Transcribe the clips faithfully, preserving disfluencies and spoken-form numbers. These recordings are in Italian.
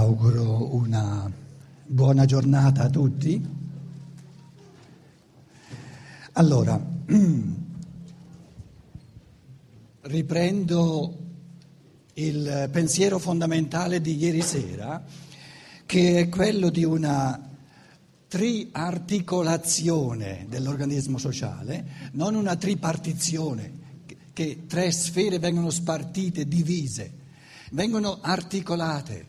auguro una buona giornata a tutti. Allora, riprendo il pensiero fondamentale di ieri sera, che è quello di una triarticolazione dell'organismo sociale, non una tripartizione, che tre sfere vengono spartite, divise, vengono articolate.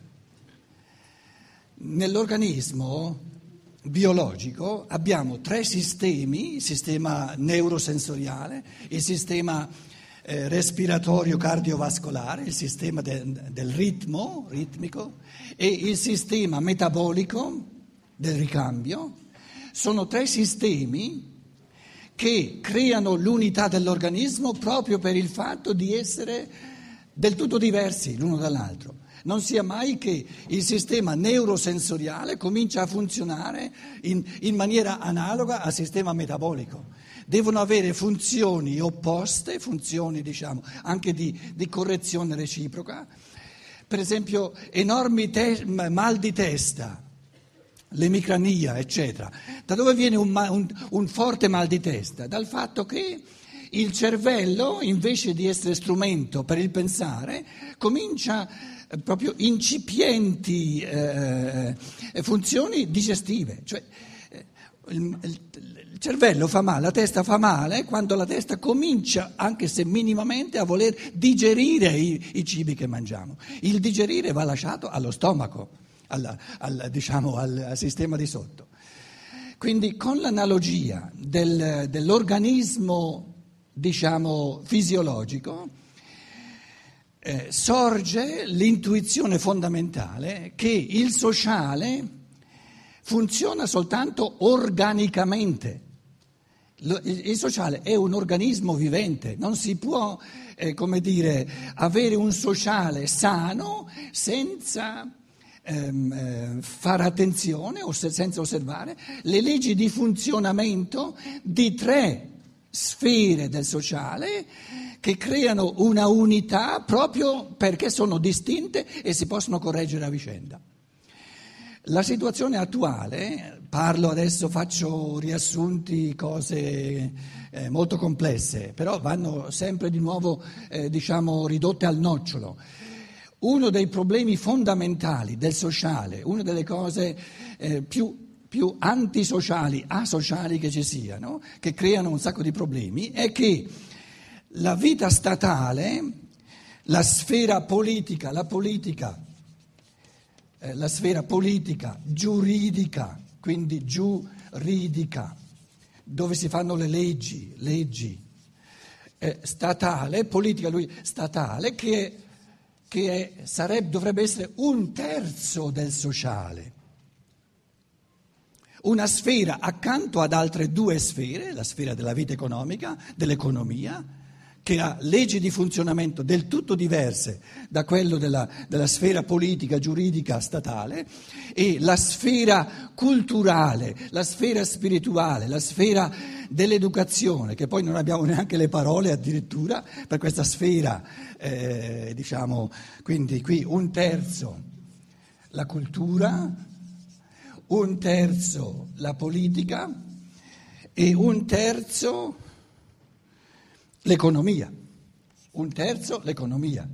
Nell'organismo biologico abbiamo tre sistemi: il sistema neurosensoriale, il sistema eh, respiratorio cardiovascolare, il sistema de, del ritmo, ritmico, e il sistema metabolico del ricambio. Sono tre sistemi che creano l'unità dell'organismo proprio per il fatto di essere del tutto diversi l'uno dall'altro. Non sia mai che il sistema neurosensoriale comincia a funzionare in, in maniera analoga al sistema metabolico. Devono avere funzioni opposte, funzioni diciamo anche di, di correzione reciproca. Per esempio enormi te- mal di testa, l'emicrania, eccetera. Da dove viene un, un, un forte mal di testa? Dal fatto che il cervello, invece di essere strumento per il pensare, comincia eh, proprio incipienti eh, funzioni digestive. Cioè, eh, il, il, il cervello fa male, la testa fa male quando la testa comincia, anche se minimamente, a voler digerire i, i cibi che mangiamo. Il digerire va lasciato allo stomaco. Al, al, diciamo, al, al sistema di sotto. Quindi con l'analogia del, dell'organismo diciamo, fisiologico eh, sorge l'intuizione fondamentale che il sociale funziona soltanto organicamente. Il, il sociale è un organismo vivente, non si può eh, come dire, avere un sociale sano senza Ehm, fare attenzione o se, senza osservare le leggi di funzionamento di tre sfere del sociale che creano una unità proprio perché sono distinte e si possono correggere a vicenda. La situazione attuale, parlo adesso, faccio riassunti, cose eh, molto complesse, però vanno sempre di nuovo eh, diciamo ridotte al nocciolo. Uno dei problemi fondamentali del sociale, una delle cose eh, più, più antisociali, asociali che ci siano, che creano un sacco di problemi, è che la vita statale, la sfera politica, la politica, eh, la sfera politica, giuridica, quindi giuridica, dove si fanno le leggi, leggi, eh, statale, politica, lui, statale, che che è, sarebbe, dovrebbe essere un terzo del sociale, una sfera accanto ad altre due sfere, la sfera della vita economica, dell'economia, che ha leggi di funzionamento del tutto diverse da quello della, della sfera politica, giuridica, statale, e la sfera culturale, la sfera spirituale, la sfera dell'educazione, che poi non abbiamo neanche le parole addirittura per questa sfera, eh, diciamo, quindi qui un terzo la cultura, un terzo la politica e un terzo l'economia, un terzo l'economia.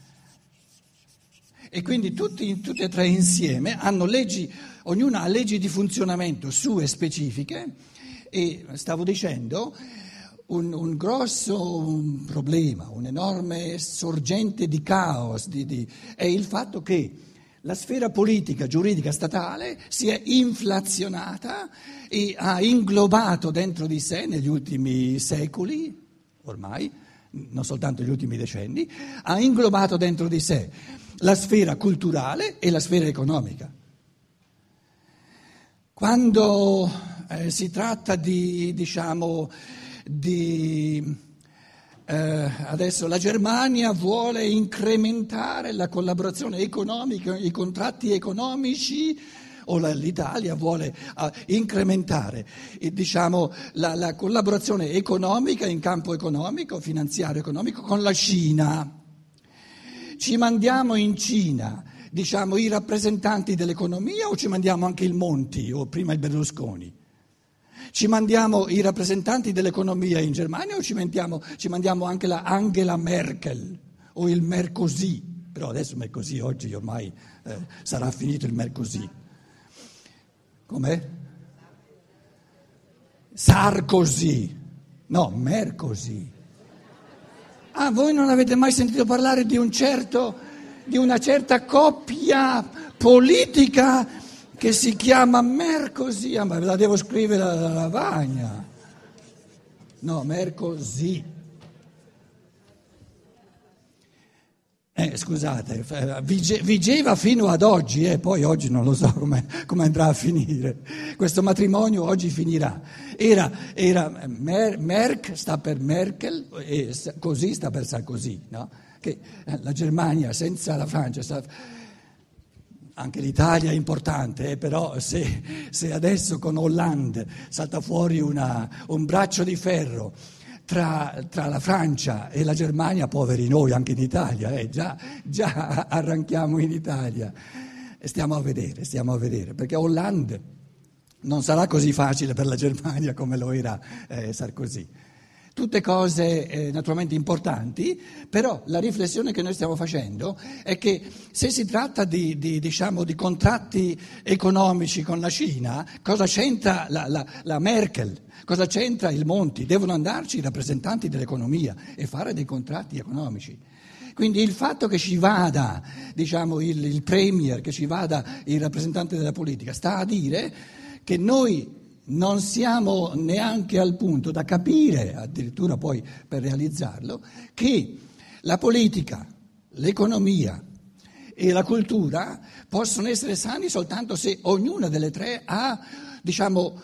E quindi tutti, tutte e tre insieme hanno leggi, ognuna ha leggi di funzionamento sue specifiche. E stavo dicendo, un, un grosso un problema, un'enorme sorgente di caos di, di, è il fatto che la sfera politica, giuridica, statale si è inflazionata e ha inglobato dentro di sé negli ultimi secoli, ormai, non soltanto negli ultimi decenni, ha inglobato dentro di sé la sfera culturale e la sfera economica. Quando eh, si tratta di, diciamo, di... Eh, adesso la Germania vuole incrementare la collaborazione economica, i contratti economici, o la, l'Italia vuole uh, incrementare eh, diciamo, la, la collaborazione economica in campo economico, finanziario economico con la Cina. Ci mandiamo in Cina diciamo, i rappresentanti dell'economia o ci mandiamo anche il Monti o prima il Berlusconi? Ci mandiamo i rappresentanti dell'economia in Germania o ci mandiamo, ci mandiamo anche la Angela Merkel o il Mercosì? Però adesso Mercosì oggi ormai eh, sarà finito il Mercosì. Com'è? Sarkozy. No, Mercosì. Ah, voi non avete mai sentito parlare di un certo, di una certa coppia politica che si chiama Mercosì? Ah, ma ve la devo scrivere alla lavagna. No, Mercosì. Eh, scusate, vige, vigeva fino ad oggi, eh, poi oggi non lo so come andrà a finire. Questo matrimonio oggi finirà. Era, era Mer, Merck sta per Merkel e così sta per Sarkozy, no? Che la Germania senza la Francia, sta, anche l'Italia è importante, eh, però se, se adesso con Hollande salta fuori una, un braccio di ferro Tra, tra la Francia e la Germania, poveri noi anche in Italia, eh, già, già arranchiamo in Italia. E stiamo a vedere, stiamo a vedere, perché Hollande non sarà così facile per la Germania come lo era eh, Sarkozy. Tutte cose eh, naturalmente importanti, però la riflessione che noi stiamo facendo è che se si tratta di, di, diciamo, di contratti economici con la Cina, cosa c'entra la, la, la Merkel? Cosa c'entra il Monti? Devono andarci i rappresentanti dell'economia e fare dei contratti economici. Quindi il fatto che ci vada, diciamo, il, il premier, che ci vada il rappresentante della politica, sta a dire che noi non siamo neanche al punto da capire, addirittura poi per realizzarlo, che la politica, l'economia e la cultura possono essere sani soltanto se ognuna delle tre ha, diciamo,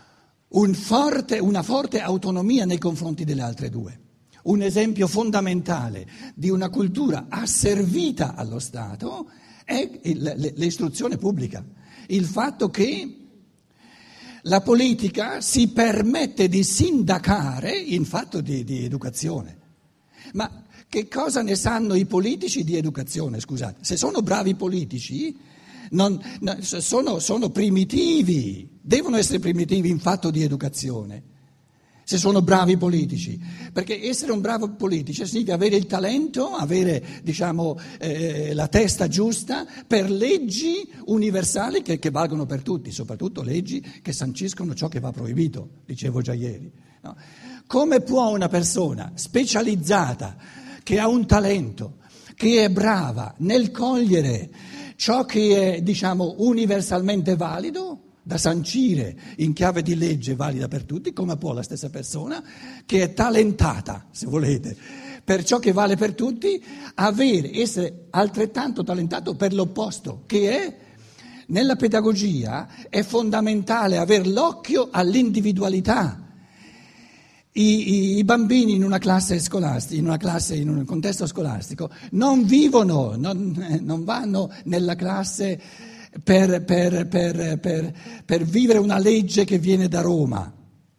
un forte, una forte autonomia nei confronti delle altre due. Un esempio fondamentale di una cultura asservita allo Stato è l'istruzione pubblica, il fatto che la politica si permette di sindacare in fatto di, di educazione. Ma che cosa ne sanno i politici di educazione, scusate? Se sono bravi politici, non, no, sono, sono primitivi, devono essere primitivi in fatto di educazione, se sono bravi politici. Perché essere un bravo politico significa avere il talento, avere, diciamo, eh, la testa giusta per leggi universali che, che valgono per tutti, soprattutto leggi che sanciscono ciò che va proibito, dicevo già ieri. No? Come può una persona specializzata, che ha un talento, che è brava nel cogliere ciò che è, diciamo, universalmente valido, da sancire in chiave di legge valida per tutti, come può la stessa persona che è talentata, se volete, per ciò che vale per tutti, avere, essere altrettanto talentato per l'opposto, che è, nella pedagogia, è fondamentale aver l'occhio all'individualità. I, i, I bambini in una classe scolastica, in una classe, in un contesto scolastico, non vivono, non, non vanno nella classe Per, per, per, per, per vivere una legge che viene da Roma.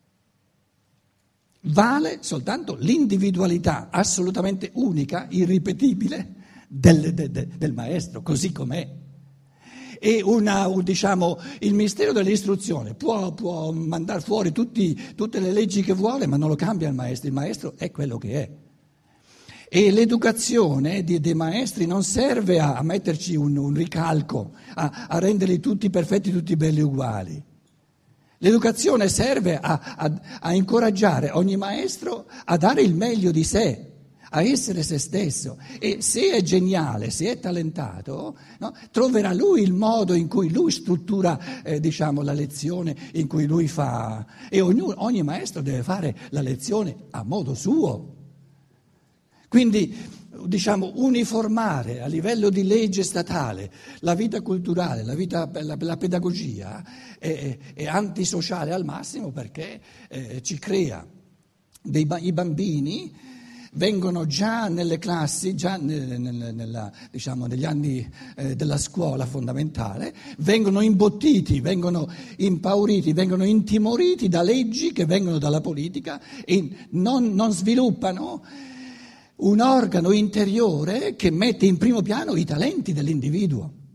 Vale soltanto l'individualità assolutamente unica, irripetibile del, de, de, del maestro, così com'è. E una, diciamo, il Ministero dell'istruzione può, può mandare fuori tutti, tutte le leggi che vuole, ma non lo cambia il maestro, il maestro è quello che è. E l'educazione dei, dei maestri non serve a, a metterci un, un ricalco, a, a renderli tutti perfetti, tutti belli uguali. L'educazione serve a, a, a incoraggiare ogni maestro a dare il meglio di sé, a essere se stesso. E se è geniale, se è talentato, no, troverà lui il modo in cui lui struttura, eh, diciamo, la lezione, in cui lui fa. E ognuno, ogni maestro deve fare la lezione a modo suo. Quindi, diciamo, uniformare a livello di legge statale la vita culturale, la, vita, la, la pedagogia è, è antisociale al massimo, perché eh, ci crea dei i bambini vengono già nelle classi, già nel, nel, nella, diciamo, negli anni eh, della scuola fondamentale, vengono imbottiti, vengono impauriti, vengono intimoriti da leggi che vengono dalla politica e non, non sviluppano un organo interiore che mette in primo piano i talenti dell'individuo.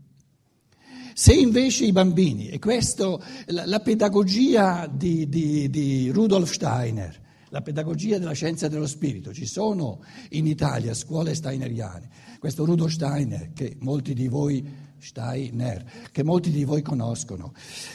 Se invece i bambini, e questo, la, la pedagogia di, di, di Rudolf Steiner, la pedagogia della scienza dello spirito, ci sono in Italia scuole steineriane, questo Rudolf Steiner che molti di voi, Steiner, che molti di voi conoscono.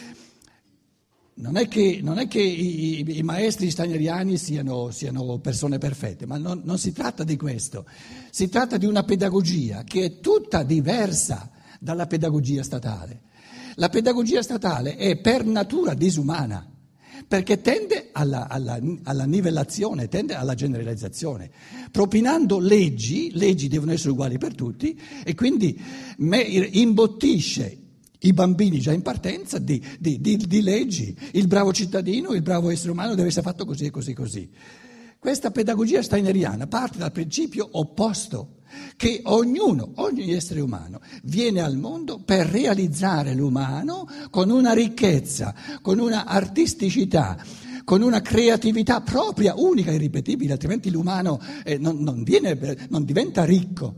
Non è che, non è che i, i, i maestri steineriani siano, siano persone perfette, ma non, non si tratta di questo, si tratta di una pedagogia che è tutta diversa dalla pedagogia statale. La pedagogia statale è per natura disumana, perché tende alla, alla, alla nivellazione, tende alla generalizzazione, propinando leggi, leggi devono essere uguali per tutti, e quindi me, imbottisce i bambini già in partenza di, di, di, di leggi, il bravo cittadino, il bravo essere umano deve essere fatto così e così e così. Questa pedagogia steineriana parte dal principio opposto, che ognuno, ogni essere umano viene al mondo per realizzare l'umano con una ricchezza, con una artisticità, con una creatività propria, unica e irripetibile, altrimenti l'umano eh, non, non, viene, non diventa ricco.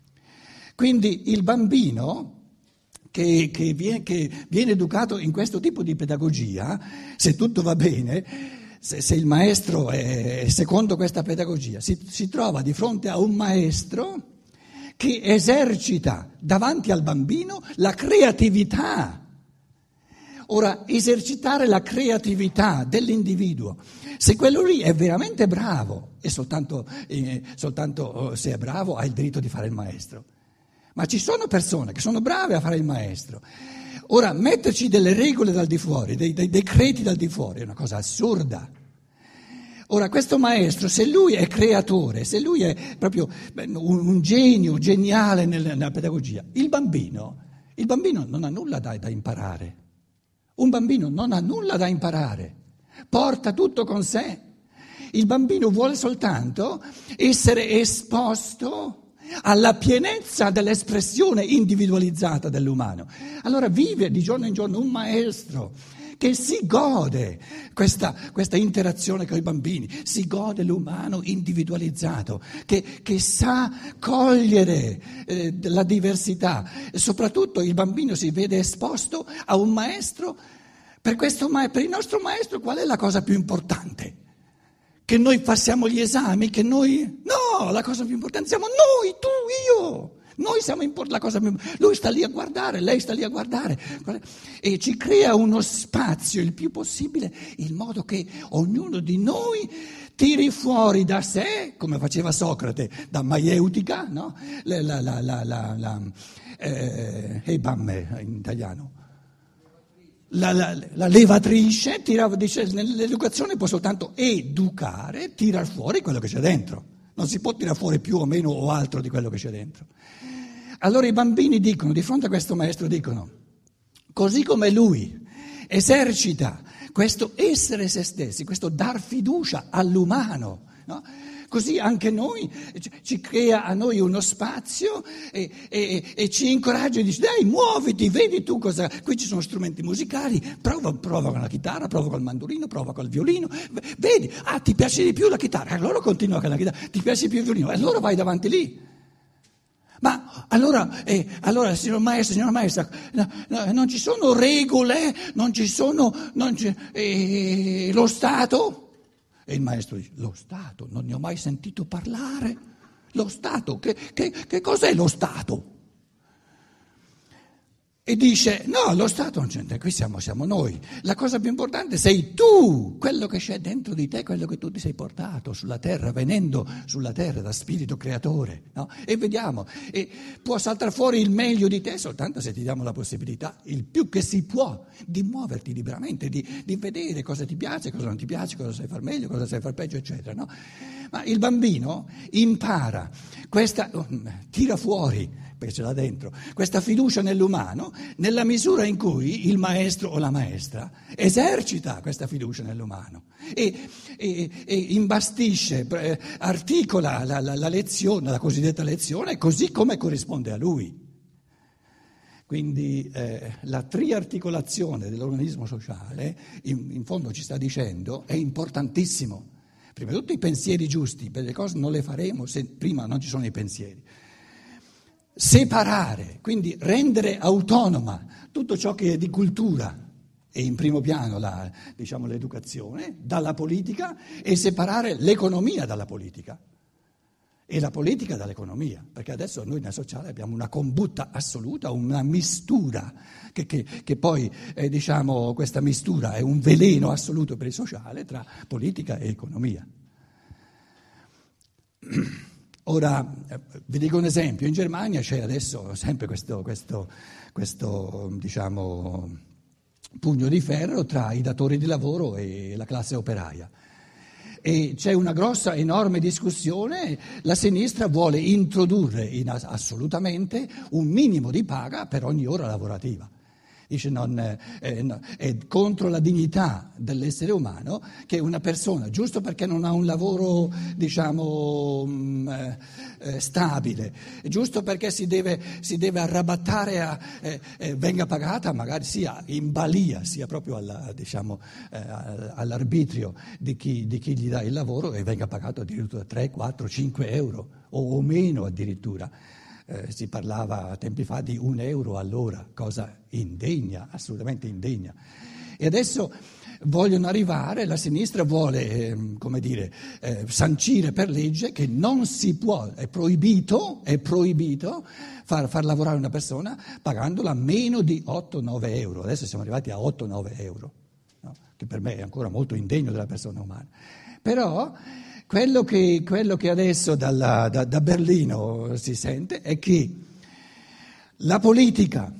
Quindi il bambino Che, che, viene, che viene educato in questo tipo di pedagogia, se tutto va bene, se, se il maestro è secondo questa pedagogia, si, si trova di fronte a un maestro che esercita davanti al bambino la creatività. Ora, esercitare la creatività dell'individuo, se quello lì è veramente bravo, e soltanto, eh, soltanto se è bravo ha il diritto di fare il maestro. Ma ci sono persone che sono brave a fare il maestro. Ora, metterci delle regole dal di fuori, dei, dei decreti dal di fuori, è una cosa assurda. Ora, questo maestro, se lui è creatore, se lui è proprio un, un genio, geniale nella, nella pedagogia, il bambino, il bambino non ha nulla da, da imparare. Un bambino non ha nulla da imparare, porta tutto con sé. Il bambino vuole soltanto essere esposto alla pienezza dell'espressione individualizzata dell'umano. Allora vive di giorno in giorno un maestro che si gode questa, questa interazione con i bambini, si gode l'umano individualizzato, che, che sa cogliere eh, la diversità. E soprattutto il bambino si vede esposto a un maestro. Per, questo, per il nostro maestro qual è la cosa più importante? Che noi passiamo gli esami, che noi... No, la cosa più importante siamo noi, tu, io. Noi siamo import- la cosa più... Lui sta lì a guardare, lei sta lì a guardare. E ci crea uno spazio il più possibile, in modo che ognuno di noi tiri fuori da sé, come faceva Socrate, da maieutica, no? La, la, la, la, la, la, eh, Hebamme in italiano. La, la, la levatrice tira, dice, nell'educazione può soltanto educare, tirar fuori quello che c'è dentro, non si può tirare fuori più o meno o altro di quello che c'è dentro. Allora i bambini dicono, di fronte a questo maestro dicono, così come lui esercita questo essere se stessi, questo dar fiducia all'umano, no? Così anche noi, ci crea a noi uno spazio e, e, e ci incoraggia e dice dai muoviti, vedi tu cosa, qui ci sono strumenti musicali, prova, prova con la chitarra, prova col mandolino, prova col violino, vedi, ah ti piace di più la chitarra, allora continua con la chitarra, ti piace di più il violino, allora vai davanti lì. Ma allora, eh, allora signor maestro, signora maestra, no, no, non ci sono regole, non ci sono, non ci, eh, lo Stato? E il maestro dice, lo Stato, non ne ho mai sentito parlare. Lo Stato, che, che, che cos'è lo Stato? E dice, no, lo Stato non c'entra, qui siamo, siamo noi. La cosa più importante sei tu, quello che c'è dentro di te, quello che tu ti sei portato sulla terra, venendo sulla terra da spirito creatore. No? E vediamo, e può saltare fuori il meglio di te soltanto se ti diamo la possibilità, il più che si può, di muoverti liberamente, di, di vedere cosa ti piace, cosa non ti piace, cosa sai far meglio, cosa sai far peggio, eccetera. No? Ma il bambino impara, questa, tira fuori, perché ce l'ha dentro, questa fiducia nell'umano, nella misura in cui il maestro o la maestra esercita questa fiducia nell'umano e, e, e imbastisce, articola la, la, la lezione, la cosiddetta lezione, così come corrisponde a lui. Quindi eh, la triarticolazione dell'organismo sociale, in, in fondo ci sta dicendo, è importantissimo. Prima di tutto i pensieri giusti, per le cose non le faremo se prima non ci sono i pensieri. separare, quindi rendere autonoma tutto ciò che è di cultura e in primo piano la, diciamo, l'educazione dalla politica e separare l'economia dalla politica e la politica dall'economia, perché adesso noi nel sociale abbiamo una combutta assoluta, una mistura che, che, che poi eh, diciamo questa mistura è un veleno assoluto per il sociale tra politica e economia. Ora, vi dico un esempio, in Germania c'è adesso sempre questo, questo, questo diciamo, pugno di ferro tra i datori di lavoro e la classe operaia. E c'è una grossa, enorme discussione, la sinistra vuole introdurre in, assolutamente un minimo di paga per ogni ora lavorativa. Dice non, eh, no, è contro la dignità dell'essere umano che una persona, giusto perché non ha un lavoro, diciamo, mh, eh, stabile, giusto perché si deve, si deve arrabattare a, eh, eh, venga pagata magari sia in balia, sia proprio alla, diciamo, eh, all'arbitrio di chi, di chi gli dà il lavoro e venga pagato addirittura tre, quattro, cinque euro o, o meno addirittura. Eh, si parlava tempi fa di un euro all'ora, cosa indegna, assolutamente indegna. E adesso vogliono arrivare, la sinistra vuole, eh, come dire, eh, sancire per legge che non si può, è proibito, è proibito far, far lavorare una persona pagandola meno di otto nove euro. Adesso siamo arrivati a otto nove euro, no? Che per me è ancora molto indegno della persona umana. Però Quello che, quello che adesso dalla, da, da Berlino si sente è che la politica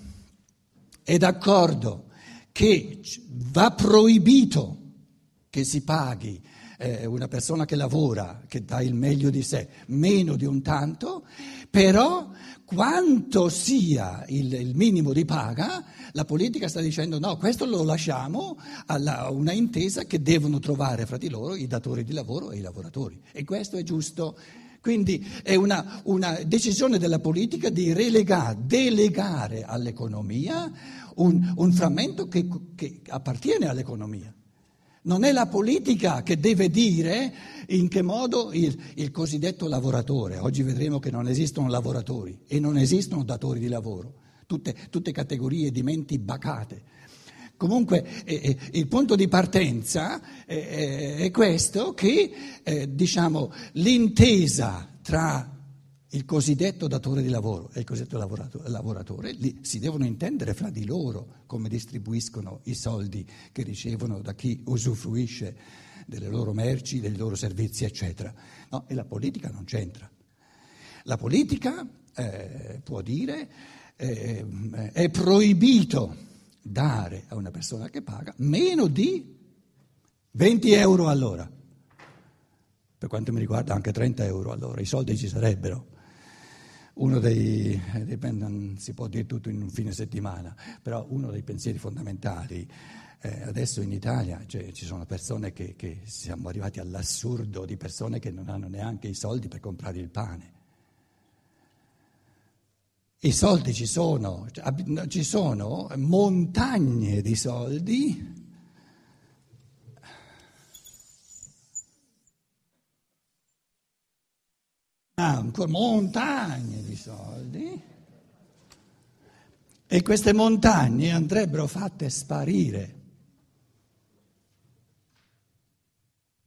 è d'accordo che va proibito che si paghi eh, una persona che lavora, che dà il meglio di sé, meno di un tanto, però quanto sia il, il minimo di paga, la politica sta dicendo no, questo lo lasciamo a una intesa che devono trovare fra di loro i datori di lavoro e i lavoratori. E questo è giusto. Quindi è una, una decisione della politica di relegare, delegare all'economia un, un frammento che, che appartiene all'economia. Non è la politica che deve dire in che modo il, il cosiddetto lavoratore, oggi vedremo che non esistono lavoratori e non esistono datori di lavoro, tutte, tutte categorie di menti bacate. Comunque eh, eh, il punto di partenza eh, è questo, che eh, diciamo, l'intesa tra il cosiddetto datore di lavoro e il cosiddetto lavoratore li, si devono intendere fra di loro come distribuiscono i soldi che ricevono da chi usufruisce delle loro merci, dei loro servizi, eccetera. No, e la politica non c'entra. La politica eh, può dire eh, è proibito dare a una persona che paga meno di venti euro all'ora. Per quanto mi riguarda anche trenta euro all'ora, i soldi ci sarebbero. Uno dei, non si può dire tutto in un fine settimana, però uno dei pensieri fondamentali, eh, adesso in Italia cioè, ci sono persone che, che siamo arrivati all'assurdo di persone che non hanno neanche i soldi per comprare il pane. I soldi ci sono, ci sono montagne di soldi. Ah, ancora montagne di soldi e queste montagne andrebbero fatte sparire